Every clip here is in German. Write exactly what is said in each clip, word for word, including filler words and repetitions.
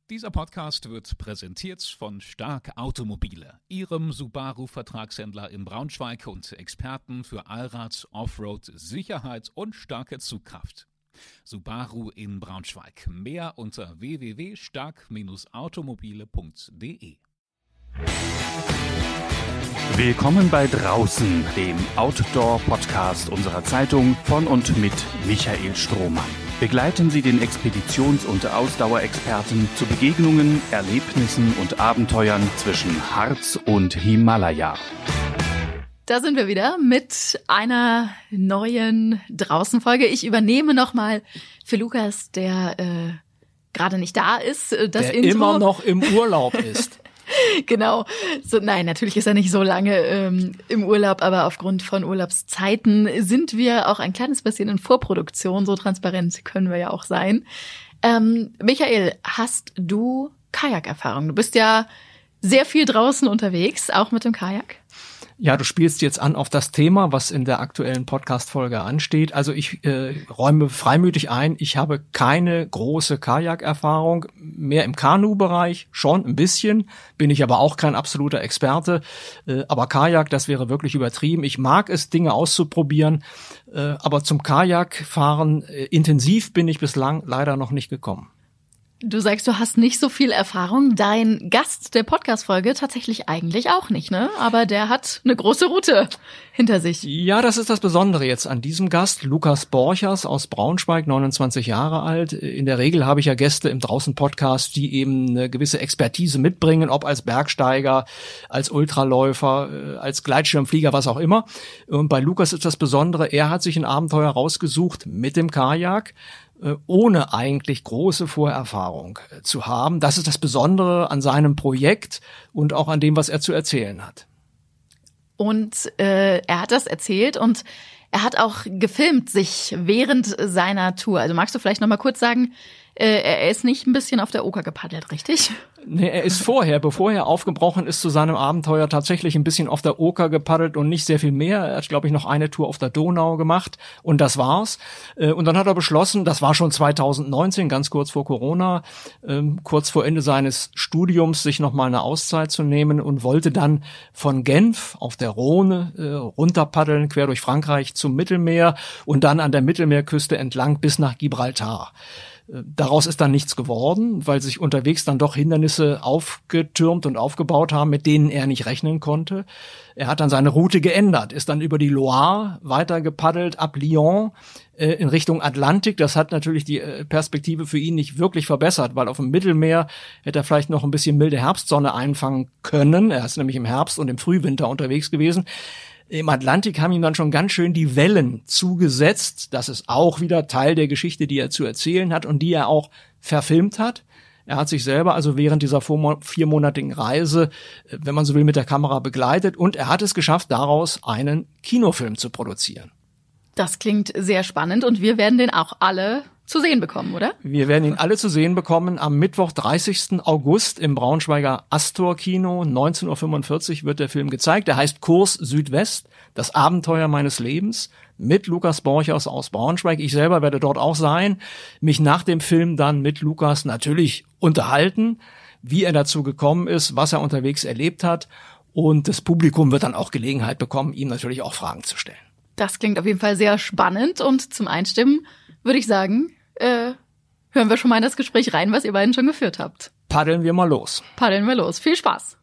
Dieser Podcast wird präsentiert von Stark Automobile, Ihrem Subaru-Vertragshändler in Braunschweig und Experten für Allrad, Offroad, Sicherheit und starke Zugkraft. Subaru in Braunschweig. Mehr unter w w w punkt stark automobile punkt d e. Willkommen bei Draußen, dem Outdoor-Podcast unserer Zeitung von und mit Michael Strohmann. Begleiten Sie den Expeditions- und Ausdauerexperten zu Begegnungen, Erlebnissen und Abenteuern zwischen Harz und Himalaya. Da sind wir wieder mit einer neuen Draußen-Folge. Ich übernehme nochmal für Lukas, der äh, gerade nicht da ist, das der Intro. Immer noch im Urlaub ist. Genau. So, nein, natürlich ist er nicht so lange ähm, im Urlaub, aber aufgrund von Urlaubszeiten sind wir auch ein kleines bisschen in Vorproduktion. So transparent können wir ja auch sein. Ähm, Michael, hast du Kajakerfahrung? Du bist ja sehr viel draußen unterwegs, auch mit dem Kajak. Ja, du spielst jetzt an auf das Thema, was in der aktuellen Podcast-Folge ansteht. Also ich äh, räume freimütig ein, ich habe keine große Kajakerfahrung, mehr im Kanu-Bereich, schon ein bisschen, bin ich aber auch kein absoluter Experte. Äh, aber Kajak, das wäre wirklich übertrieben. Ich mag es, Dinge auszuprobieren, äh, aber zum Kajakfahren äh, intensiv bin ich bislang leider noch nicht gekommen. Du sagst, du hast nicht so viel Erfahrung. Dein Gast der Podcast-Folge tatsächlich eigentlich auch nicht, ne? Aber der hat eine große Route hinter sich. Ja, das ist das Besondere jetzt an diesem Gast. Lukas Borchers aus Braunschweig, neunundzwanzig Jahre alt. In der Regel habe ich ja Gäste im Draußen-Podcast, die eben eine gewisse Expertise mitbringen, ob als Bergsteiger, als Ultraläufer, als Gleitschirmflieger, was auch immer. Und bei Lukas ist das Besondere, er hat sich ein Abenteuer rausgesucht mit dem Kajak, ohne eigentlich große Vorerfahrung zu haben. Das ist das Besondere an seinem Projekt und auch an dem, was er zu erzählen hat. Und äh, er hat das erzählt und er hat auch gefilmt sich während seiner Tour. Also magst du vielleicht noch mal kurz sagen, äh, er ist nicht ein bisschen auf der Oker gepaddelt, richtig? Nee, er ist vorher, bevor er aufgebrochen ist zu seinem Abenteuer, tatsächlich ein bisschen auf der Oker gepaddelt und nicht sehr viel mehr. Er hat, glaube ich, noch eine Tour auf der Donau gemacht und das war's. Und dann hat er beschlossen, das war schon zweitausendneunzehn, ganz kurz vor Corona, kurz vor Ende seines Studiums, sich nochmal eine Auszeit zu nehmen und wollte dann von Genf auf der Rhone runterpaddeln, quer durch Frankreich zum Mittelmeer und dann an der Mittelmeerküste entlang bis nach Gibraltar. Daraus ist dann nichts geworden, weil sich unterwegs dann doch Hindernisse aufgetürmt und aufgebaut haben, mit denen er nicht rechnen konnte. Er hat dann seine Route geändert, ist dann über die Loire weiter gepaddelt ab Lyon äh, in Richtung Atlantik. Das hat natürlich die äh, Perspektive für ihn nicht wirklich verbessert, weil auf dem Mittelmeer hätte er vielleicht noch ein bisschen milde Herbstsonne einfangen können. Er ist nämlich im Herbst und im Frühwinter unterwegs gewesen. Im Atlantik haben ihm dann schon ganz schön die Wellen zugesetzt. Das ist auch wieder Teil der Geschichte, die er zu erzählen hat und die er auch verfilmt hat. Er hat sich selber also während dieser viermonatigen Reise, wenn man so will, mit der Kamera begleitet und er hat es geschafft, daraus einen Kinofilm zu produzieren. Das klingt sehr spannend und wir werden den auch alle zu sehen bekommen, oder? Wir werden ihn alle zu sehen bekommen. Am Mittwoch, dreißigsten August im Braunschweiger Astor-Kino. neunzehn Uhr fünfundvierzig wird der Film gezeigt. Der heißt Kurs Südwest, das Abenteuer meines Lebens, mit Lukas Borchers aus Braunschweig. Ich selber werde dort auch sein, mich nach dem Film dann mit Lukas natürlich unterhalten, wie er dazu gekommen ist, was er unterwegs erlebt hat. Und das Publikum wird dann auch Gelegenheit bekommen, ihm natürlich auch Fragen zu stellen. Das klingt auf jeden Fall sehr spannend und zum Einstimmen würde ich sagen, äh, hören wir schon mal in das Gespräch rein, was ihr beiden schon geführt habt. Paddeln wir mal los. Paddeln wir los. Viel Spaß.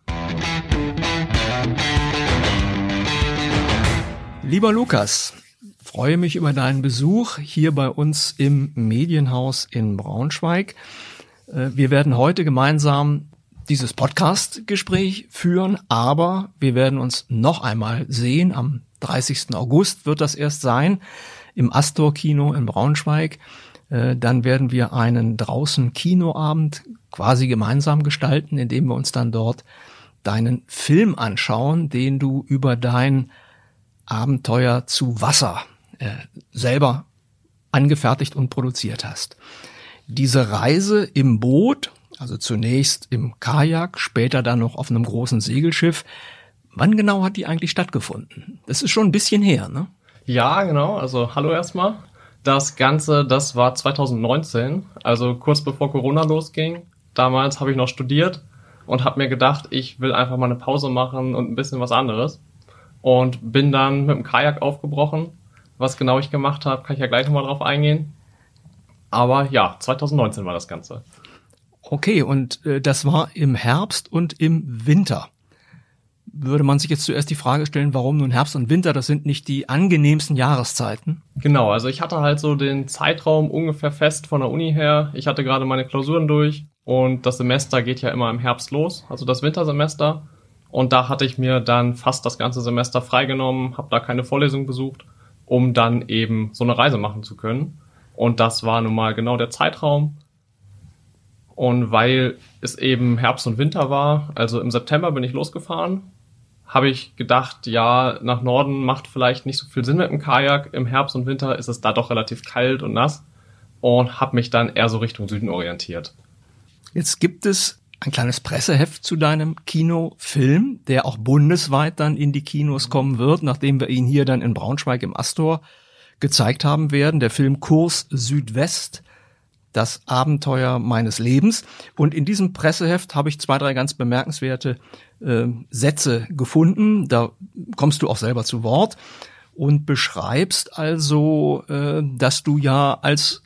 Lieber Lukas, freue mich über deinen Besuch hier bei uns im Medienhaus in Braunschweig. Wir werden heute gemeinsam dieses Podcast-Gespräch führen, aber wir werden uns noch einmal sehen. Am dreißigsten August wird das erst sein. Im Astor-Kino in Braunschweig. Äh, dann werden wir einen draußen Kinoabend quasi gemeinsam gestalten, indem wir uns dann dort deinen Film anschauen, den du über dein Abenteuer zu Wasser äh, selber angefertigt und produziert hast. Diese Reise im Boot, also zunächst im Kajak, später dann noch auf einem großen Segelschiff, wann genau hat die eigentlich stattgefunden? Das ist schon ein bisschen her, ne? Ja, genau. Also hallo erstmal. Das Ganze, das war zweitausendneunzehn, also kurz bevor Corona losging. Damals habe ich noch studiert und habe mir gedacht, ich will einfach mal eine Pause machen und ein bisschen was anderes. Und bin dann mit dem Kajak aufgebrochen. Was genau ich gemacht habe, kann ich ja gleich nochmal drauf eingehen. Aber ja, zwanzig neunzehn war das Ganze. Okay, und äh, das war im Herbst und im Winter. Würde man sich jetzt zuerst die Frage stellen, warum nun Herbst und Winter? Das sind nicht die angenehmsten Jahreszeiten. Genau, also ich hatte halt so den Zeitraum ungefähr fest von der Uni her. Ich hatte gerade meine Klausuren durch und das Semester geht ja immer im Herbst los, also das Wintersemester. Und da hatte ich mir dann fast das ganze Semester freigenommen, habe da keine Vorlesung besucht, um dann eben so eine Reise machen zu können. Und das war nun mal genau der Zeitraum. Und weil es eben Herbst und Winter war, also im September bin ich losgefahren, habe ich gedacht, ja, nach Norden macht vielleicht nicht so viel Sinn mit dem Kajak. Im Herbst und Winter ist es da doch relativ kalt und nass und habe mich dann eher so Richtung Süden orientiert. Jetzt gibt es ein kleines Presseheft zu deinem Kinofilm, der auch bundesweit dann in die Kinos kommen wird, nachdem wir ihn hier dann in Braunschweig im Astor gezeigt haben werden. Der Film Kurs Südwest, das Abenteuer meines Lebens. Und in diesem Presseheft habe ich zwei, drei ganz bemerkenswerte äh, Sätze gefunden. Da kommst du auch selber zu Wort und beschreibst also, äh, dass du ja als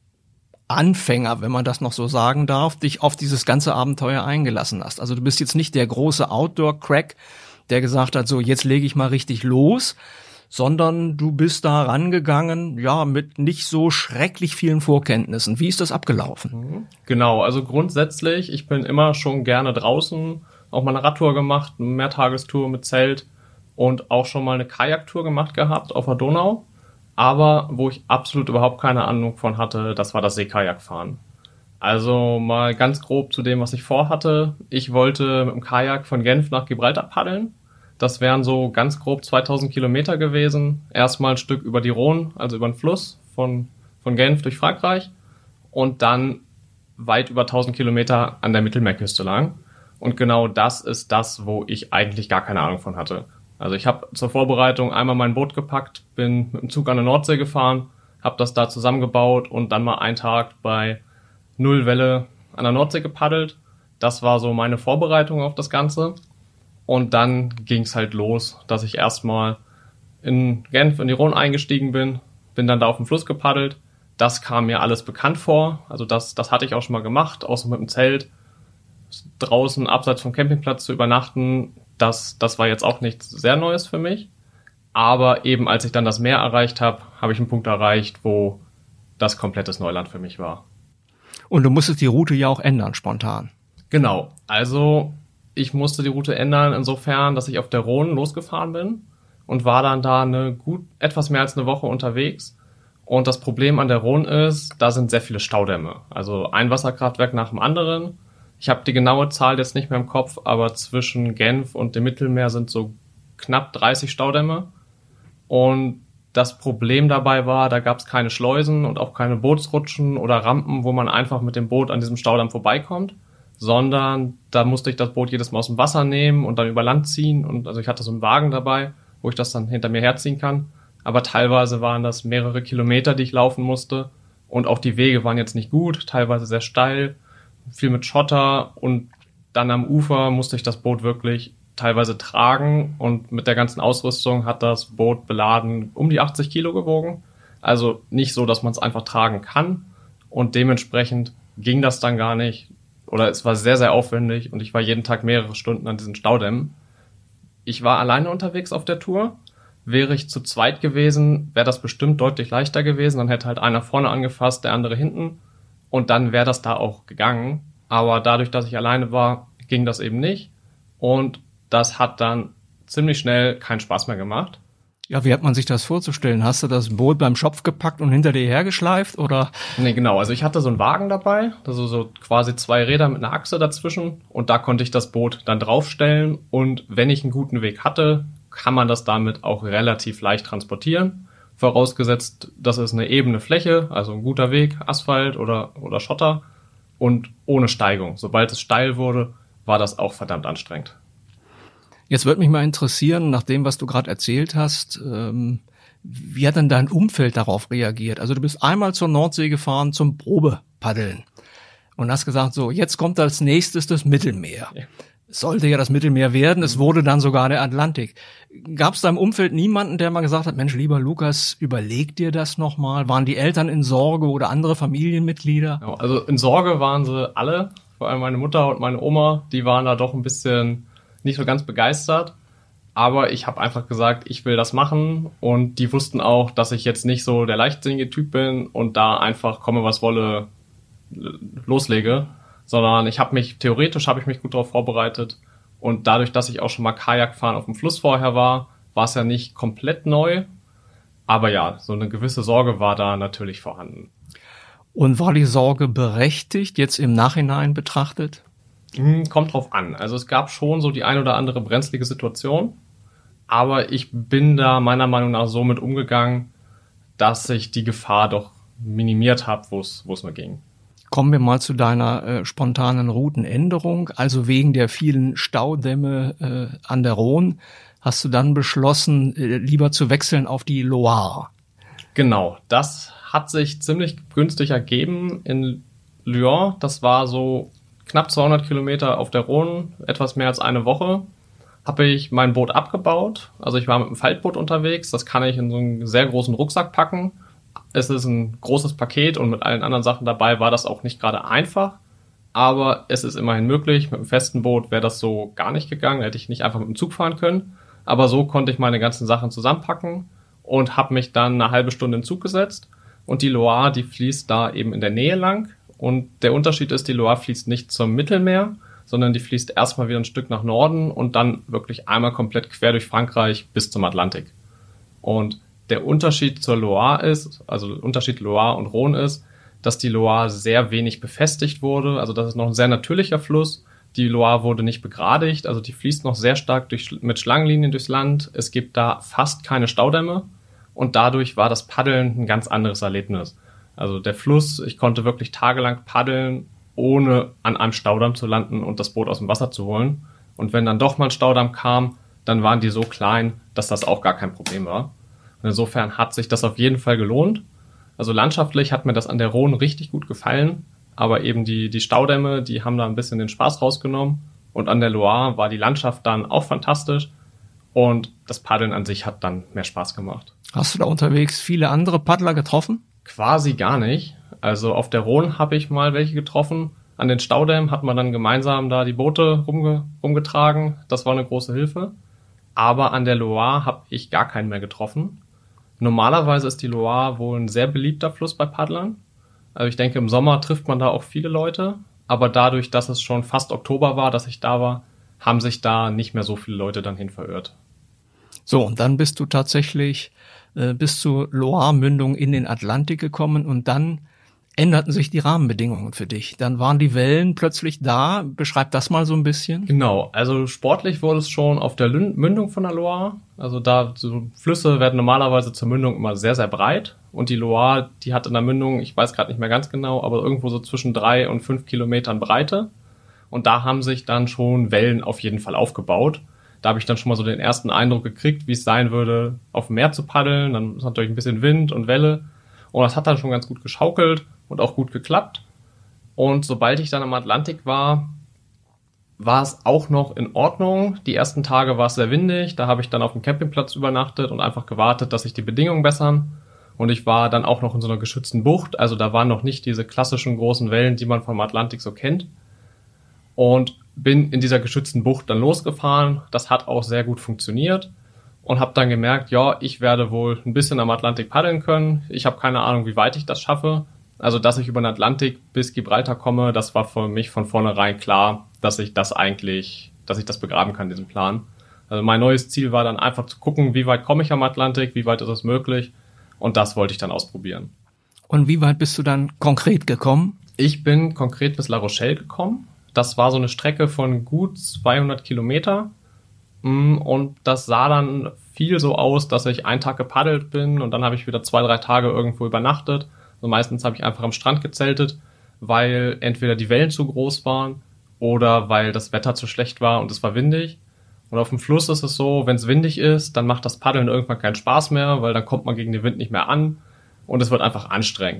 Anfänger, wenn man das noch so sagen darf, dich auf dieses ganze Abenteuer eingelassen hast. Also du bist jetzt nicht der große Outdoor-Crack, der gesagt hat, so jetzt lege ich mal richtig los, sondern du bist da rangegangen, ja, mit nicht so schrecklich vielen Vorkenntnissen. Wie ist das abgelaufen? Genau, also grundsätzlich, ich bin immer schon gerne draußen, auch mal eine Radtour gemacht, eine Mehrtagestour mit Zelt und auch schon mal eine Kajaktour gemacht gehabt auf der Donau. Aber wo ich absolut überhaupt keine Ahnung von hatte, das war das Seekajakfahren. Also mal ganz grob zu dem, was ich vorhatte. Ich wollte mit dem Kajak von Genf nach Gibraltar paddeln. Das wären so ganz grob zweitausend Kilometer gewesen. Erstmal ein Stück über die Rhone, also über den Fluss von, von Genf durch Frankreich. Und dann weit über tausend Kilometer an der Mittelmeerküste lang. Und genau das ist das, wo ich eigentlich gar keine Ahnung von hatte. Also ich habe zur Vorbereitung einmal mein Boot gepackt, bin mit dem Zug an der Nordsee gefahren, habe das da zusammengebaut und dann mal einen Tag bei Null Welle an der Nordsee gepaddelt. Das war so meine Vorbereitung auf das Ganze. Und dann ging's halt los, dass ich erstmal in Genf in die Rhone eingestiegen bin, bin dann da auf dem Fluss gepaddelt. Das kam mir alles bekannt vor, also das, das hatte ich auch schon mal gemacht, außer mit dem Zelt. Draußen abseits vom Campingplatz zu übernachten, das, das war jetzt auch nichts sehr Neues für mich. Aber eben als ich dann das Meer erreicht habe, habe ich einen Punkt erreicht, wo das komplettes Neuland für mich war. Und du musstest die Route ja auch ändern, spontan. Genau, also ich musste die Route ändern insofern, dass ich auf der Rhone losgefahren bin und war dann da eine gut etwas mehr als eine Woche unterwegs. Und das Problem an der Rhone ist, da sind sehr viele Staudämme. Also ein Wasserkraftwerk nach dem anderen. Ich habe die genaue Zahl jetzt nicht mehr im Kopf, aber zwischen Genf und dem Mittelmeer sind so knapp dreißig Staudämme. Und das Problem dabei war, da gab es keine Schleusen und auch keine Bootsrutschen oder Rampen, wo man einfach mit dem Boot an diesem Staudamm vorbeikommt, sondern da musste ich das Boot jedes Mal aus dem Wasser nehmen und dann über Land ziehen. Und also ich hatte so einen Wagen dabei, wo ich das dann hinter mir herziehen kann. Aber teilweise waren das mehrere Kilometer, die ich laufen musste. Und auch die Wege waren jetzt nicht gut, teilweise sehr steil, viel mit Schotter. Und dann am Ufer musste ich das Boot wirklich teilweise tragen. Und mit der ganzen Ausrüstung hat das Boot beladen um die achtzig Kilo gewogen. Also nicht so, dass man es einfach tragen kann. Und dementsprechend ging das dann gar nicht. Oder es war sehr, sehr aufwendig. Und ich war jeden Tag mehrere Stunden an diesen Staudämmen. Ich war alleine unterwegs auf der Tour. Wäre ich zu zweit gewesen, wäre das bestimmt deutlich leichter gewesen. Dann hätte halt einer vorne angefasst, der andere hinten. Und dann wäre das da auch gegangen. Aber dadurch, dass ich alleine war, ging das eben nicht. Und das hat dann ziemlich schnell keinen Spaß mehr gemacht. Ja, wie hat man sich das vorzustellen? Hast du das Boot beim Schopf gepackt und hinter dir hergeschleift, oder? Nee, genau. Also ich hatte so einen Wagen dabei, also so quasi zwei Räder mit einer Achse dazwischen. Und da konnte ich das Boot dann draufstellen. Und wenn ich einen guten Weg hatte, kann man das damit auch relativ leicht transportieren. Vorausgesetzt, das ist eine ebene Fläche, also ein guter Weg, Asphalt oder, oder Schotter und ohne Steigung. Sobald es steil wurde, war das auch verdammt anstrengend. Jetzt würde mich mal interessieren, nach dem, was du gerade erzählt hast, ähm, wie hat denn dein Umfeld darauf reagiert? Also du bist einmal zur Nordsee gefahren zum Probepaddeln. und hast gesagt, so, jetzt kommt als nächstes das Mittelmeer. Ja. Es sollte ja das Mittelmeer werden, es wurde dann sogar der Atlantik. Gab es da im Umfeld niemanden, der mal gesagt hat, Mensch, lieber Lukas, überleg dir das nochmal? Waren die Eltern in Sorge oder andere Familienmitglieder? Ja, also in Sorge waren sie alle, vor allem meine Mutter und meine Oma, die waren da doch ein bisschen nicht so ganz begeistert. Aber ich habe einfach gesagt, ich will das machen, und die wussten auch, dass ich jetzt nicht so der leichtsinnige Typ bin und da einfach komme was wolle loslege, sondern ich habe mich, theoretisch habe ich mich gut darauf vorbereitet, und dadurch, dass ich auch schon mal Kajakfahren auf dem Fluss vorher war, war es ja nicht komplett neu, aber ja, so eine gewisse Sorge war da natürlich vorhanden. Und war die Sorge berechtigt, jetzt im Nachhinein betrachtet? Hm, kommt drauf an. Also es gab schon so die ein oder andere brenzlige Situation, aber ich bin da meiner Meinung nach so mit umgegangen, dass ich die Gefahr doch minimiert habe, wo es wo es mir ging. Kommen wir mal zu deiner äh, spontanen Routenänderung. Also wegen der vielen Staudämme äh, an der Rhone hast du dann beschlossen, äh, lieber zu wechseln auf die Loire. Genau, das hat sich ziemlich günstig ergeben in Lyon. Das war so knapp zweihundert Kilometer auf der Rhone, etwas mehr als eine Woche. Habe ich mein Boot abgebaut. Also ich war mit einem Faltboot unterwegs. Das kann ich in so einen sehr großen Rucksack packen. Es ist ein großes Paket, und mit allen anderen Sachen dabei war das auch nicht gerade einfach. Aber es ist immerhin möglich. Mit einem festen Boot wäre das so gar nicht gegangen. Hätte ich nicht einfach mit dem Zug fahren können. Aber so konnte ich meine ganzen Sachen zusammenpacken und habe mich dann eine halbe Stunde in den Zug gesetzt. Und die Loire, die fließt da eben in der Nähe lang. Und der Unterschied ist, die Loire fließt nicht zum Mittelmeer, sondern die fließt erstmal wieder ein Stück nach Norden und dann wirklich einmal komplett quer durch Frankreich bis zum Atlantik. Und der Unterschied zur Loire ist, also der Unterschied Loire und Rhone ist, dass die Loire sehr wenig befestigt wurde. Also das ist noch ein sehr natürlicher Fluss. Die Loire wurde nicht begradigt, also die fließt noch sehr stark durch, mit Schlangenlinien durchs Land. Es gibt da fast keine Staudämme, und dadurch war das Paddeln ein ganz anderes Erlebnis. Also der Fluss, ich konnte wirklich tagelang paddeln, ohne an einem Staudamm zu landen und das Boot aus dem Wasser zu holen. Und wenn dann doch mal ein Staudamm kam, dann waren die so klein, dass das auch gar kein Problem war. Und insofern hat sich das auf jeden Fall gelohnt. Also landschaftlich hat mir das an der Rhone richtig gut gefallen, aber eben die, die Staudämme, die haben da ein bisschen den Spaß rausgenommen. Und an der Loire war die Landschaft dann auch fantastisch, und das Paddeln an sich hat dann mehr Spaß gemacht. Hast du da unterwegs viele andere Paddler getroffen? Quasi gar nicht. Also auf der Rhone habe ich mal welche getroffen. An den Staudämmen hat man dann gemeinsam da die Boote rumge- rumgetragen. Das war eine große Hilfe. Aber an der Loire habe ich gar keinen mehr getroffen. Normalerweise ist die Loire wohl ein sehr beliebter Fluss bei Paddlern. Also ich denke, im Sommer trifft man da auch viele Leute. Aber dadurch, dass es schon fast Oktober war, dass ich da war, haben sich da nicht mehr so viele Leute dann hin verirrt. So, und dann bist du tatsächlich äh, bis zur Loire-Mündung in den Atlantik gekommen, und dann änderten sich die Rahmenbedingungen für dich. Dann waren die Wellen plötzlich da. Beschreib das mal so ein bisschen. Genau, also sportlich wurde es schon auf der Lün- Mündung von der Loire. Also da, so Flüsse werden normalerweise zur Mündung immer sehr, sehr breit. Und die Loire, die hat in der Mündung, ich weiß gerade nicht mehr ganz genau, aber irgendwo so zwischen drei und fünf Kilometern Breite. Und da haben sich dann schon Wellen auf jeden Fall aufgebaut. Da habe ich dann schon mal so den ersten Eindruck gekriegt, wie es sein würde, auf dem Meer zu paddeln. Dann ist natürlich ein bisschen Wind und Welle. Und das hat dann schon ganz gut geschaukelt und auch gut geklappt. Und sobald ich dann am Atlantik war, war es auch noch in Ordnung. Die ersten Tage war es sehr windig. Da habe ich dann auf dem Campingplatz übernachtet und einfach gewartet, dass sich die Bedingungen bessern. Und ich war dann auch noch in so einer geschützten Bucht. Also da waren noch nicht diese klassischen großen Wellen, die man vom Atlantik so kennt. Und bin in dieser geschützten Bucht dann losgefahren. Das hat auch sehr gut funktioniert. Und habe dann gemerkt, ja, ich werde wohl ein bisschen am Atlantik paddeln können. Ich habe keine Ahnung, wie weit ich das schaffe. Also, dass ich über den Atlantik bis Gibraltar komme, das war für mich von vornherein klar, dass ich das eigentlich, dass ich das begraben kann, diesen Plan. Also mein neues Ziel war dann einfach zu gucken, wie weit komme ich am Atlantik, wie weit ist es möglich. Und das wollte ich dann ausprobieren. Und wie weit bist du dann konkret gekommen? Ich bin konkret bis La Rochelle gekommen. Das war so eine Strecke von gut zweihundert Kilometer. Und das sah dann viel so aus, dass ich einen Tag gepaddelt bin und dann habe ich wieder zwei, drei Tage irgendwo übernachtet. Also meistens habe ich einfach am Strand gezeltet, weil entweder die Wellen zu groß waren oder weil das Wetter zu schlecht war und es war windig. Und auf dem Fluss ist es so, wenn es windig ist, dann macht das Paddeln irgendwann keinen Spaß mehr, weil dann kommt man gegen den Wind nicht mehr an und es wird einfach anstrengend.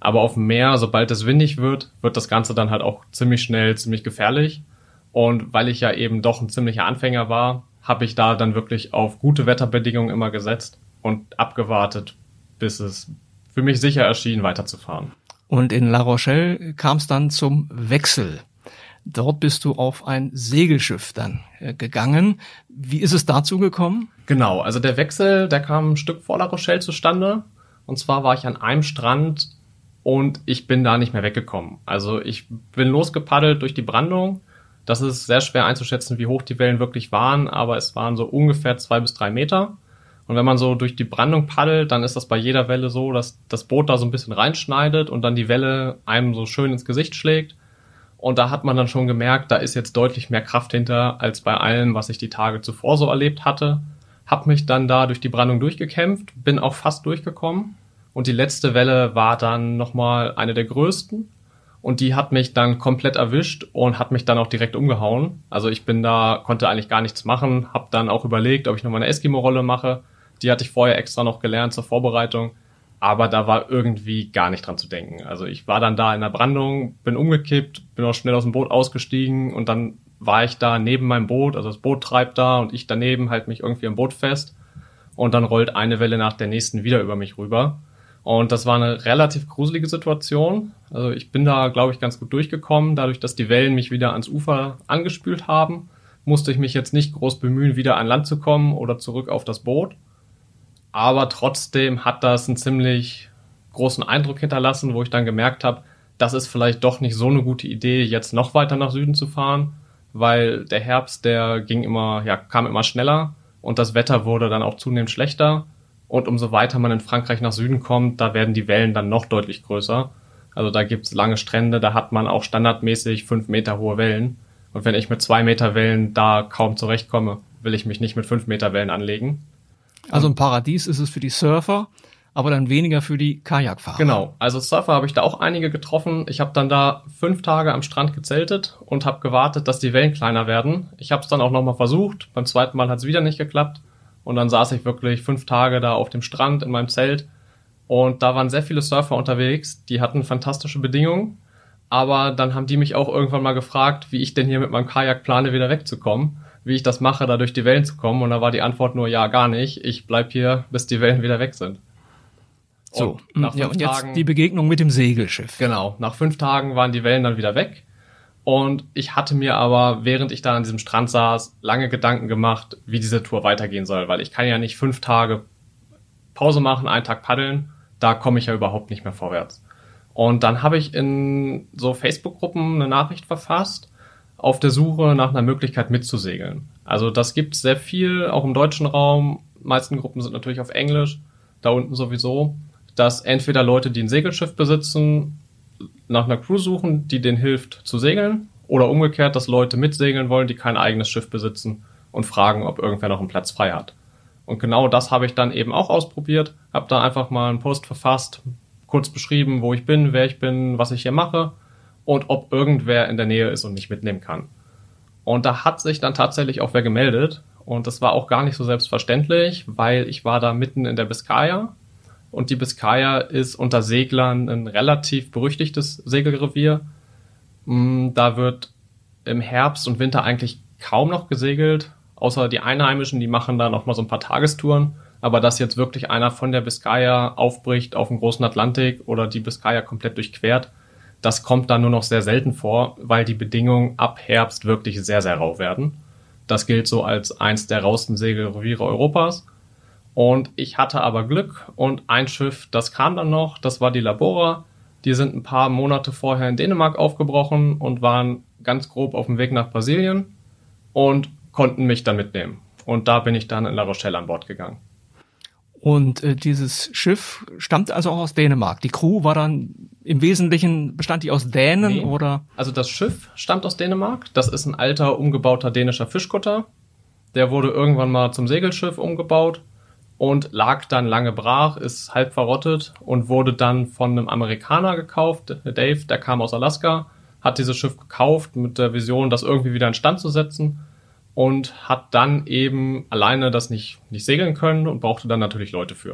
Aber auf dem Meer, sobald es windig wird, wird das Ganze dann halt auch ziemlich schnell, ziemlich gefährlich. Und weil ich ja eben doch ein ziemlicher Anfänger war, habe ich da dann wirklich auf gute Wetterbedingungen immer gesetzt und abgewartet, bis es für mich sicher erschien, weiterzufahren. Und in La Rochelle kam es dann zum Wechsel. Dort bist du auf ein Segelschiff dann äh, gegangen. Wie ist es dazu gekommen? Genau, also der Wechsel, der kam ein Stück vor La Rochelle zustande. Und zwar war ich an einem Strand und ich bin da nicht mehr weggekommen. Also ich bin losgepaddelt durch die Brandung. Das ist sehr schwer einzuschätzen, wie hoch die Wellen wirklich waren, aber es waren so ungefähr zwei bis drei Meter. Und wenn man so durch die Brandung paddelt, dann ist das bei jeder Welle so, dass das Boot da so ein bisschen reinschneidet und dann die Welle einem so schön ins Gesicht schlägt. Und da hat man dann schon gemerkt, da ist jetzt deutlich mehr Kraft hinter, als bei allem, was ich die Tage zuvor so erlebt hatte. Hab mich dann da durch die Brandung durchgekämpft, bin auch fast durchgekommen. Und die letzte Welle war dann nochmal eine der größten. Und die hat mich dann komplett erwischt und hat mich dann auch direkt umgehauen. Also ich bin da, konnte eigentlich gar nichts machen, hab dann auch überlegt, ob ich nochmal eine Eskimo-Rolle mache. Die hatte ich vorher extra noch gelernt zur Vorbereitung. Aber da war irgendwie gar nicht dran zu denken. Also ich war dann da in der Brandung, bin umgekippt, bin auch schnell aus dem Boot ausgestiegen und dann war ich da neben meinem Boot, also das Boot treibt da und ich daneben halte mich irgendwie am Boot fest und dann rollt eine Welle nach der nächsten wieder über mich rüber. Und das war eine relativ gruselige Situation. Also ich bin da, glaube ich, ganz gut durchgekommen. Dadurch, dass die Wellen mich wieder ans Ufer angespült haben, musste ich mich jetzt nicht groß bemühen, wieder an Land zu kommen oder zurück auf das Boot. Aber trotzdem hat das einen ziemlich großen Eindruck hinterlassen, wo ich dann gemerkt habe, das ist vielleicht doch nicht so eine gute Idee, jetzt noch weiter nach Süden zu fahren, weil der Herbst, der ging immer, ja, kam immer schneller und das Wetter wurde dann auch zunehmend schlechter. Und umso weiter man in Frankreich nach Süden kommt, da werden die Wellen dann noch deutlich größer. Also da gibt's lange Strände, da hat man auch standardmäßig fünf Meter hohe Wellen. Und wenn ich mit zwei Meter Wellen da kaum zurechtkomme, will ich mich nicht mit fünf Meter Wellen anlegen. Also ein Paradies ist es für die Surfer, aber dann weniger für die Kajakfahrer. Genau, also Surfer habe ich da auch einige getroffen. Ich habe dann da fünf Tage am Strand gezeltet und habe gewartet, dass die Wellen kleiner werden. Ich habe es dann auch nochmal versucht, beim zweiten Mal hat es wieder nicht geklappt. Und dann saß ich wirklich fünf Tage da auf dem Strand in meinem Zelt und da waren sehr viele Surfer unterwegs, die hatten fantastische Bedingungen, aber dann haben die mich auch irgendwann mal gefragt, wie ich denn hier mit meinem Kajak plane, wieder wegzukommen, wie ich das mache, da durch die Wellen zu kommen und da war die Antwort nur, ja, gar nicht, ich bleib hier, bis die Wellen wieder weg sind. So, und, nach ja, fünf und jetzt Tagen, die Begegnung mit dem Segelschiff. Genau, nach fünf Tagen waren die Wellen dann wieder weg. Und ich hatte mir aber, während ich da an diesem Strand saß, lange Gedanken gemacht, wie diese Tour weitergehen soll. Weil ich kann ja nicht fünf Tage Pause machen, einen Tag paddeln. Da komme ich ja überhaupt nicht mehr vorwärts. Und dann habe ich in so Facebook-Gruppen eine Nachricht verfasst, auf der Suche nach einer Möglichkeit mitzusegeln. Also das gibt es sehr viel, auch im deutschen Raum. Die meisten Gruppen sind natürlich auf Englisch, da unten sowieso. Dass entweder Leute, die ein Segelschiff besitzen, nach einer Crew suchen, die denen hilft zu segeln oder umgekehrt, dass Leute mitsegeln wollen, die kein eigenes Schiff besitzen und fragen, ob irgendwer noch einen Platz frei hat. Und genau das habe ich dann eben auch ausprobiert, habe da einfach mal einen Post verfasst, kurz beschrieben, wo ich bin, wer ich bin, was ich hier mache und ob irgendwer in der Nähe ist und mich mitnehmen kann. Und da hat sich dann tatsächlich auch wer gemeldet und das war auch gar nicht so selbstverständlich, weil ich war da mitten in der Biskaya. Und die Biskaya ist unter Seglern ein relativ berüchtigtes Segelrevier. Da wird im Herbst und Winter eigentlich kaum noch gesegelt, außer die Einheimischen, die machen da noch mal so ein paar Tagestouren. Aber dass jetzt wirklich einer von der Biskaya aufbricht auf den großen Atlantik oder die Biskaya komplett durchquert, das kommt dann nur noch sehr selten vor, weil die Bedingungen ab Herbst wirklich sehr, sehr rau werden. Das gilt so als eins der rauesten Segelreviere Europas. Und ich hatte aber Glück und ein Schiff, das kam dann noch, das war die Labora. Die sind ein paar Monate vorher in Dänemark aufgebrochen und waren ganz grob auf dem Weg nach Brasilien und konnten mich dann mitnehmen. Und da bin ich dann in La Rochelle an Bord gegangen. Und äh, dieses Schiff stammt also auch aus Dänemark. Die Crew war dann im Wesentlichen, bestand die aus Dänen Nee. oder? Also das Schiff stammt aus Dänemark. Das ist ein alter, umgebauter dänischer Fischkutter. Der wurde irgendwann mal zum Segelschiff umgebaut und lag dann lange brach, ist halb verrottet und wurde dann von einem Amerikaner gekauft, Dave, der kam aus Alaska, hat dieses Schiff gekauft mit der Vision, das irgendwie wieder in Stand zu setzen und hat dann eben alleine das nicht, nicht segeln können und brauchte dann natürlich Leute für.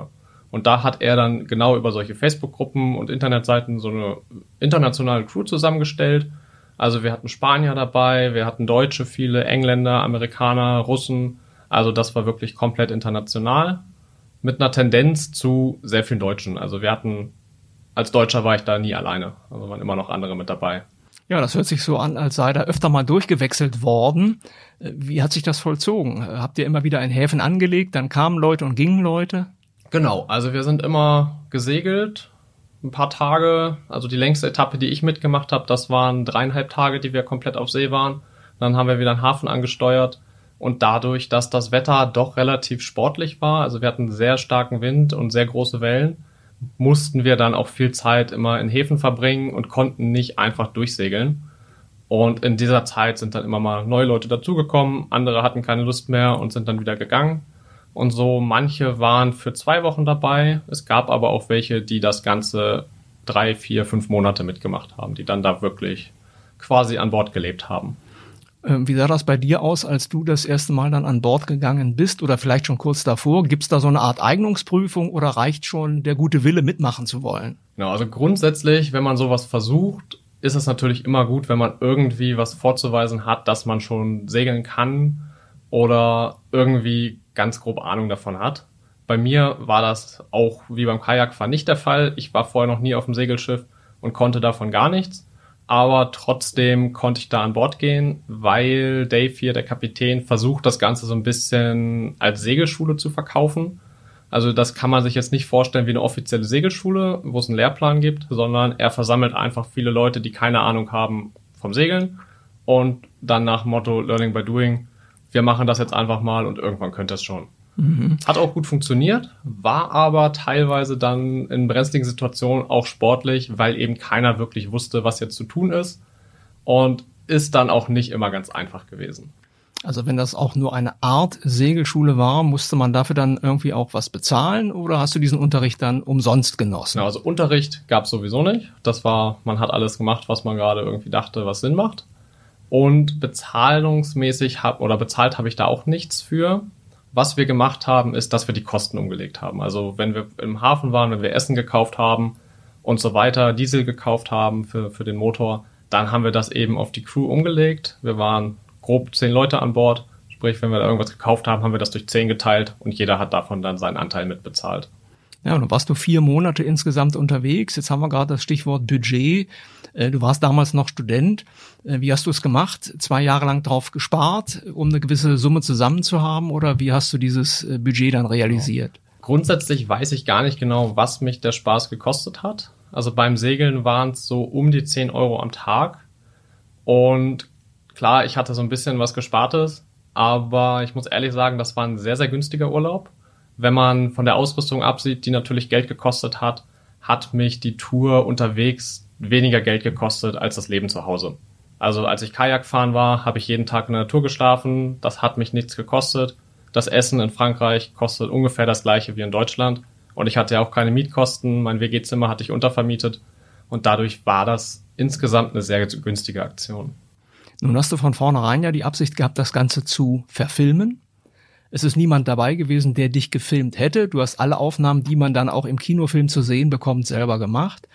Und da hat er dann genau über solche Facebook-Gruppen und Internetseiten so eine internationale Crew zusammengestellt. Also wir hatten Spanier dabei, wir hatten Deutsche, viele Engländer, Amerikaner, Russen. Also das war wirklich komplett international mit einer Tendenz zu sehr vielen Deutschen. Also wir hatten, als Deutscher war ich da nie alleine. Also waren immer noch andere mit dabei. Ja, das hört sich so an, als sei da öfter mal durchgewechselt worden. Wie hat sich das vollzogen? Habt ihr immer wieder in Häfen angelegt, dann kamen Leute und gingen Leute? Genau, also wir sind immer gesegelt, ein paar Tage. Also die längste Etappe, die ich mitgemacht habe, das waren dreieinhalb Tage, die wir komplett auf See waren. Dann haben wir wieder einen Hafen angesteuert und dadurch, dass das Wetter doch relativ sportlich war, also wir hatten sehr starken Wind und sehr große Wellen, mussten wir dann auch viel Zeit immer in Häfen verbringen und konnten nicht einfach durchsegeln. Und in dieser Zeit sind dann immer mal neue Leute dazugekommen, andere hatten keine Lust mehr und sind dann wieder gegangen. Und so manche waren für zwei Wochen dabei. Es gab aber auch welche, die das Ganze drei, vier, fünf Monate mitgemacht haben, die dann da wirklich quasi an Bord gelebt haben. Wie sah das bei dir aus, als du das erste Mal dann an Bord gegangen bist oder vielleicht schon kurz davor? Gibt es da so eine Art Eignungsprüfung oder reicht schon der gute Wille, mitmachen zu wollen? Genau, also grundsätzlich, wenn man sowas versucht, ist es natürlich immer gut, wenn man irgendwie was vorzuweisen hat, dass man schon segeln kann oder irgendwie ganz grob Ahnung davon hat. Bei mir war das auch wie beim Kajakfahren nicht der Fall. Ich war vorher noch nie auf dem Segelschiff und konnte davon gar nichts. Aber trotzdem konnte ich da an Bord gehen, weil Dave hier, der Kapitän, versucht, das Ganze so ein bisschen als Segelschule zu verkaufen. Also das kann man sich jetzt nicht vorstellen wie eine offizielle Segelschule, wo es einen Lehrplan gibt, sondern er versammelt einfach viele Leute, die keine Ahnung haben vom Segeln und dann nach dem Motto Learning by Doing, wir machen das jetzt einfach mal und irgendwann könnt ihr es schon. Mhm. Hat auch gut funktioniert, war aber teilweise dann in brenzligen Situationen auch sportlich, weil eben keiner wirklich wusste, was jetzt zu tun ist und ist dann auch nicht immer ganz einfach gewesen. Also wenn das auch nur eine Art Segelschule war, musste man dafür dann irgendwie auch was bezahlen oder hast du diesen Unterricht dann umsonst genossen? Ja, also Unterricht gab es sowieso nicht. Das war, man hat alles gemacht, was man gerade irgendwie dachte, was Sinn macht. Und bezahlungsmäßig hab, oder bezahlt habe ich da auch nichts für. Was wir gemacht haben, ist, dass wir die Kosten umgelegt haben. Also wenn wir im Hafen waren, wenn wir Essen gekauft haben und so weiter, Diesel gekauft haben für, für den Motor, dann haben wir das eben auf die Crew umgelegt. Wir waren grob zehn Leute an Bord. Sprich, wenn wir da irgendwas gekauft haben, haben wir das durch zehn geteilt und jeder hat davon dann seinen Anteil mitbezahlt. Ja, und dann warst du vier Monate insgesamt unterwegs. Jetzt haben wir gerade das Stichwort Budget. Du warst damals noch Student. Wie hast du es gemacht? Zwei Jahre lang drauf gespart, um eine gewisse Summe zusammen zu haben? Oder wie hast du dieses Budget dann realisiert? Grundsätzlich weiß ich gar nicht genau, was mich der Spaß gekostet hat. Also beim Segeln waren es so um die zehn Euro am Tag. Und klar, ich hatte so ein bisschen was Gespartes. Aber ich muss ehrlich sagen, das war ein sehr, sehr günstiger Urlaub. Wenn man von der Ausrüstung absieht, die natürlich Geld gekostet hat, hat mich die Tour unterwegs weniger Geld gekostet als das Leben zu Hause. Also als ich Kajak fahren war, habe ich jeden Tag in der Natur geschlafen. Das hat mich nichts gekostet. Das Essen in Frankreich kostet ungefähr das gleiche wie in Deutschland. Und ich hatte ja auch keine Mietkosten. Mein W G-Zimmer hatte ich untervermietet. Und dadurch war das insgesamt eine sehr günstige Aktion. Nun hast du von vornherein ja die Absicht gehabt, das Ganze zu verfilmen. Es ist niemand dabei gewesen, der dich gefilmt hätte. Du hast alle Aufnahmen, die man dann auch im Kinofilm zu sehen bekommt, selber gemacht.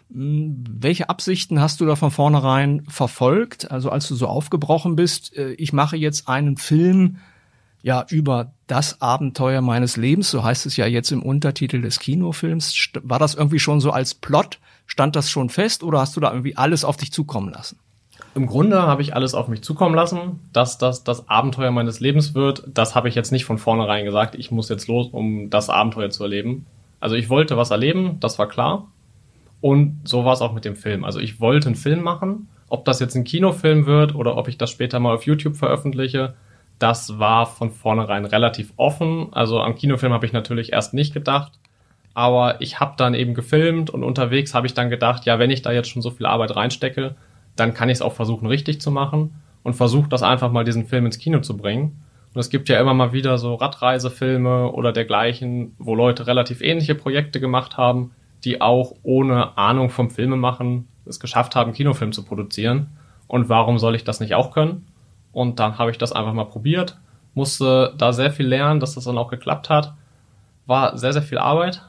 Welche Absichten hast du da von vornherein verfolgt? Also als du so aufgebrochen bist, ich mache jetzt einen Film ja über das Abenteuer meines Lebens, so heißt es ja jetzt im Untertitel des Kinofilms. War das irgendwie schon so als Plot? Stand das schon fest oder hast du da irgendwie alles auf dich zukommen lassen? Im Grunde habe ich alles auf mich zukommen lassen, dass das das Abenteuer meines Lebens wird. Das habe ich jetzt nicht von vornherein gesagt. Ich muss jetzt los, um das Abenteuer zu erleben. Also ich wollte was erleben, das war klar. Und so war es auch mit dem Film. Also ich wollte einen Film machen. Ob das jetzt ein Kinofilm wird oder ob ich das später mal auf YouTube veröffentliche, das war von vornherein relativ offen. Also am Kinofilm habe ich natürlich erst nicht gedacht. Aber ich habe dann eben gefilmt und unterwegs habe ich dann gedacht, ja, wenn ich da jetzt schon so viel Arbeit reinstecke, dann kann ich es auch versuchen, richtig zu machen und versuche das einfach mal, diesen Film ins Kino zu bringen. Und es gibt ja immer mal wieder so Radreisefilme oder dergleichen, wo Leute relativ ähnliche Projekte gemacht haben, die auch ohne Ahnung vom Filmemachen es geschafft haben, Kinofilm zu produzieren. Und warum soll ich das nicht auch können? Und dann habe ich das einfach mal probiert, musste da sehr viel lernen, dass das dann auch geklappt hat. War sehr, sehr viel Arbeit,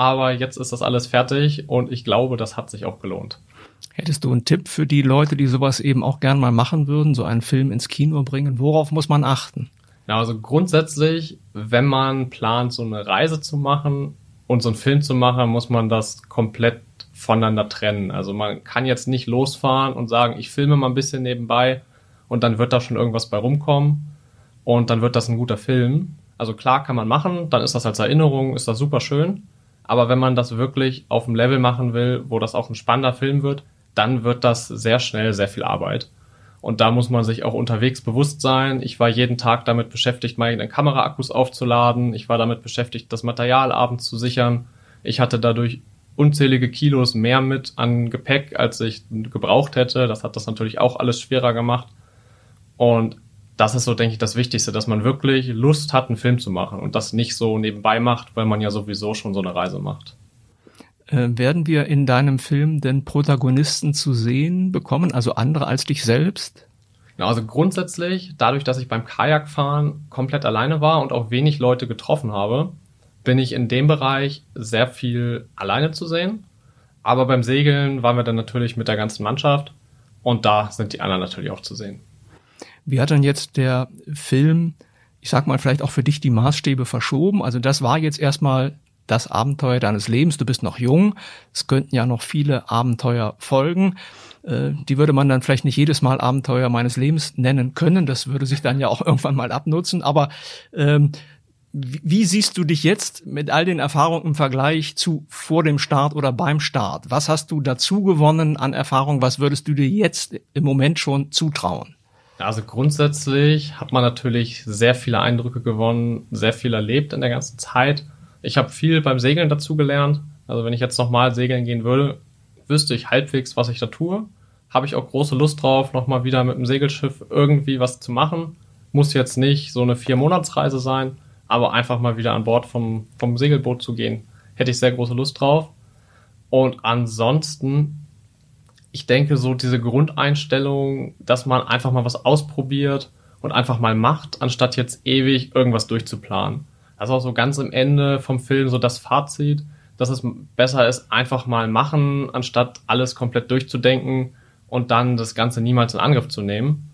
aber jetzt ist das alles fertig und ich glaube, das hat sich auch gelohnt. Hättest du einen Tipp für die Leute, die sowas eben auch gern mal machen würden, so einen Film ins Kino bringen? Worauf muss man achten? Ja, also grundsätzlich, wenn man plant, so eine Reise zu machen und so einen Film zu machen, muss man das komplett voneinander trennen. Also man kann jetzt nicht losfahren und sagen, ich filme mal ein bisschen nebenbei und dann wird da schon irgendwas bei rumkommen und dann wird das ein guter Film. Also klar kann man machen, dann ist das als Erinnerung, ist das super schön. Aber wenn man das wirklich auf dem Level machen will, wo das auch ein spannender Film wird, dann wird das sehr schnell sehr viel Arbeit. Und da muss man sich auch unterwegs bewusst sein. Ich war jeden Tag damit beschäftigt, meine Kameraakkus aufzuladen. Ich war damit beschäftigt, das Material abends zu sichern. Ich hatte dadurch unzählige Kilos mehr mit an Gepäck, als ich gebraucht hätte. Das hat das natürlich auch alles schwerer gemacht. Und das ist so, denke ich, das Wichtigste, dass man wirklich Lust hat, einen Film zu machen und das nicht so nebenbei macht, weil man ja sowieso schon so eine Reise macht. Äh, werden wir in deinem Film denn Protagonisten zu sehen bekommen, also andere als dich selbst? Ja, also grundsätzlich, dadurch, dass ich beim Kajakfahren komplett alleine war und auch wenig Leute getroffen habe, bin ich in dem Bereich sehr viel alleine zu sehen. Aber beim Segeln waren wir dann natürlich mit der ganzen Mannschaft und da sind die anderen natürlich auch zu sehen. Wie hat dann jetzt der Film, ich sag mal, vielleicht auch für dich die Maßstäbe verschoben? Also das war jetzt erstmal das Abenteuer deines Lebens. Du bist noch jung. Es könnten ja noch viele Abenteuer folgen. Äh, die würde man dann vielleicht nicht jedes Mal Abenteuer meines Lebens nennen können. Das würde sich dann ja auch irgendwann mal abnutzen. Aber ähm, wie, wie siehst du dich jetzt mit all den Erfahrungen im Vergleich zu vor dem Start oder beim Start? Was hast du dazu gewonnen an Erfahrung? Was würdest du dir jetzt im Moment schon zutrauen? Also grundsätzlich hat man natürlich sehr viele Eindrücke gewonnen, sehr viel erlebt in der ganzen Zeit. Ich habe viel beim Segeln dazu gelernt. Also wenn ich jetzt nochmal segeln gehen würde, wüsste ich halbwegs, was ich da tue. Habe ich auch große Lust drauf, nochmal wieder mit dem Segelschiff irgendwie was zu machen. Muss jetzt nicht so eine Vier-Monats-Reise sein, aber einfach mal wieder an Bord vom, vom Segelboot zu gehen, hätte ich sehr große Lust drauf. Und ansonsten, ich denke, so diese Grundeinstellung, dass man einfach mal was ausprobiert und einfach mal macht, anstatt jetzt ewig irgendwas durchzuplanen. Das ist auch so ganz am Ende vom Film so das Fazit, dass es besser ist, einfach mal machen, anstatt alles komplett durchzudenken und dann das Ganze niemals in Angriff zu nehmen.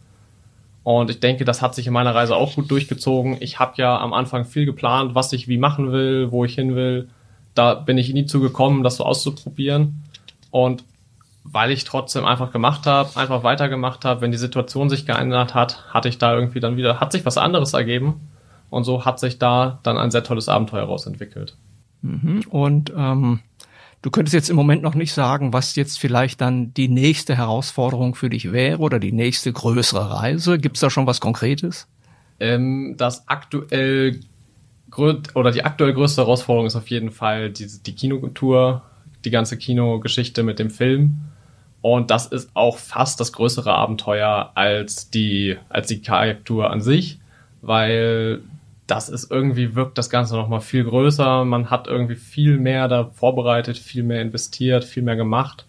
Und ich denke, das hat sich in meiner Reise auch gut durchgezogen. Ich habe ja am Anfang viel geplant, was ich wie machen will, wo ich hin will. Da bin ich nie zu gekommen, das so auszuprobieren. Und weil ich trotzdem einfach gemacht habe, einfach weitergemacht habe, wenn die Situation sich geändert hat, hatte ich da irgendwie dann wieder, hat sich was anderes ergeben. Und so hat sich da dann ein sehr tolles Abenteuer rausentwickelt. Mhm. Und ähm, du könntest jetzt im Moment noch nicht sagen, was jetzt vielleicht dann die nächste Herausforderung für dich wäre oder die nächste größere Reise. Gibt es da schon was Konkretes? Ähm, das aktuell grö- oder die aktuell größte Herausforderung ist auf jeden Fall die, die Kinotour, die ganze Kinogeschichte mit dem Film. Und das ist auch fast das größere Abenteuer als die als die Kajaktour an sich, weil das ist irgendwie, wirkt das Ganze nochmal viel größer. Man hat irgendwie viel mehr da vorbereitet, viel mehr investiert, viel mehr gemacht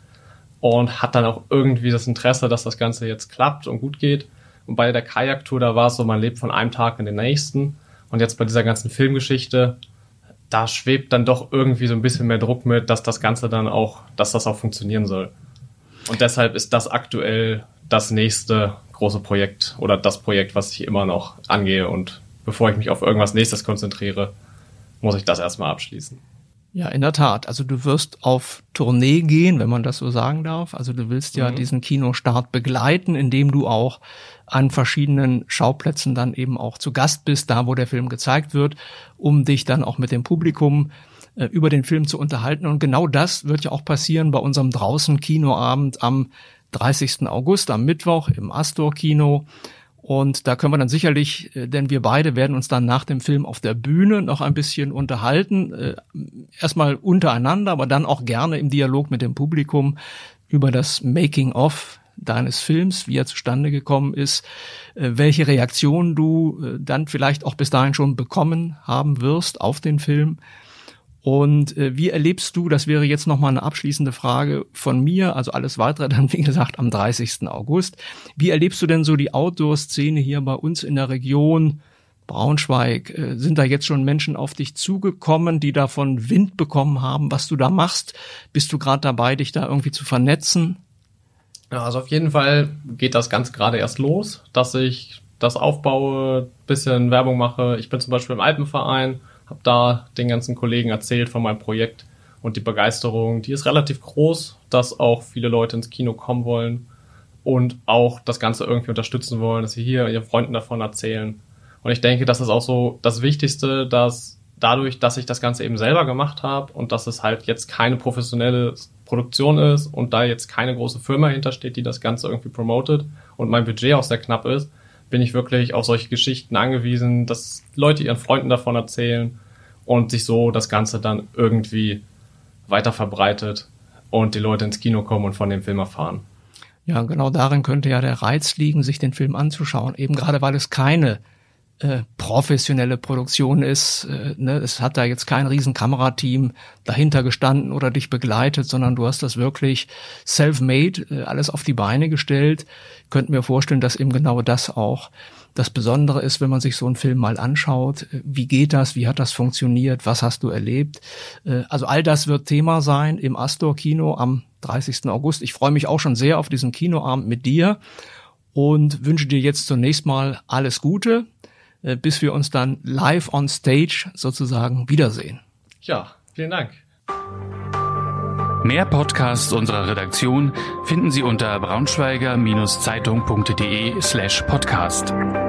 und hat dann auch irgendwie das Interesse, dass das Ganze jetzt klappt und gut geht. Und bei der Kajaktour, da war es so, man lebt von einem Tag in den nächsten. Und jetzt bei dieser ganzen Filmgeschichte, da schwebt dann doch irgendwie so ein bisschen mehr Druck mit, dass das Ganze dann auch, dass das auch funktionieren soll. Und deshalb ist das aktuell das nächste große Projekt oder das Projekt, was ich immer noch angehe. Und bevor ich mich auf irgendwas Nächstes konzentriere, muss ich das erstmal abschließen. Ja, in der Tat. Also du wirst auf Tournee gehen, wenn man das so sagen darf. Also du willst ja mhm. diesen Kinostart begleiten, indem du auch an verschiedenen Schauplätzen dann eben auch zu Gast bist, da wo der Film gezeigt wird, um dich dann auch mit dem Publikum äh, über den Film zu unterhalten. Und genau das wird ja auch passieren bei unserem Draußen-Kinoabend am dreißigsten August, am Mittwoch im Astor-Kino. Und da können wir dann sicherlich, denn wir beide werden uns dann nach dem Film auf der Bühne noch ein bisschen unterhalten, äh, erstmal untereinander, aber dann auch gerne im Dialog mit dem Publikum über das Making-of deines Films, wie er zustande gekommen ist, äh, welche Reaktionen du äh, dann vielleicht auch bis dahin schon bekommen haben wirst auf den Film. Und äh, wie erlebst du, das wäre jetzt nochmal eine abschließende Frage von mir, also alles weitere dann, wie gesagt, am dreißigsten August. Wie erlebst du denn so die Outdoor-Szene hier bei uns in der Region, Braunschweig. Äh, sind da jetzt schon Menschen auf dich zugekommen, die davon Wind bekommen haben, was du da machst? Bist du gerade dabei, dich da irgendwie zu vernetzen? Ja, also auf jeden Fall geht das ganz gerade erst los, dass ich das aufbaue, bisschen Werbung mache. Ich bin zum Beispiel im Alpenverein, habe da den ganzen Kollegen erzählt von meinem Projekt und die Begeisterung, die ist relativ groß, dass auch viele Leute ins Kino kommen wollen und auch das Ganze irgendwie unterstützen wollen, dass sie hier ihren Freunden davon erzählen. Und ich denke, das ist auch so das Wichtigste, dass dadurch, dass ich das Ganze eben selber gemacht habe und dass es halt jetzt keine professionelle Produktion ist und da jetzt keine große Firma hintersteht, die das Ganze irgendwie promotet und mein Budget auch sehr knapp ist, bin ich wirklich auf solche Geschichten angewiesen, dass Leute ihren Freunden davon erzählen und sich so das Ganze dann irgendwie weiter verbreitet und die Leute ins Kino kommen und von dem Film erfahren. Ja, genau darin könnte ja der Reiz liegen, sich den Film anzuschauen, eben gerade weil es keine Äh, professionelle Produktion ist, äh, ne? Es hat da jetzt kein riesen Kamerateam dahinter gestanden oder dich begleitet, sondern du hast das wirklich self-made, äh, alles auf die Beine gestellt. Ich könnte mir vorstellen, dass eben genau das auch das Besondere ist, wenn man sich so einen Film mal anschaut. Wie geht das? Wie hat das funktioniert? Was hast du erlebt? Äh, also all das wird Thema sein im Astor-Kino am dreißigsten August. Ich freue mich auch schon sehr auf diesen Kinoabend mit dir und wünsche dir jetzt zunächst mal alles Gute, bis wir uns dann live on stage sozusagen wiedersehen. Ja, vielen Dank. Mehr Podcasts unserer Redaktion finden Sie unter braunschweiger-zeitung.de slash podcast.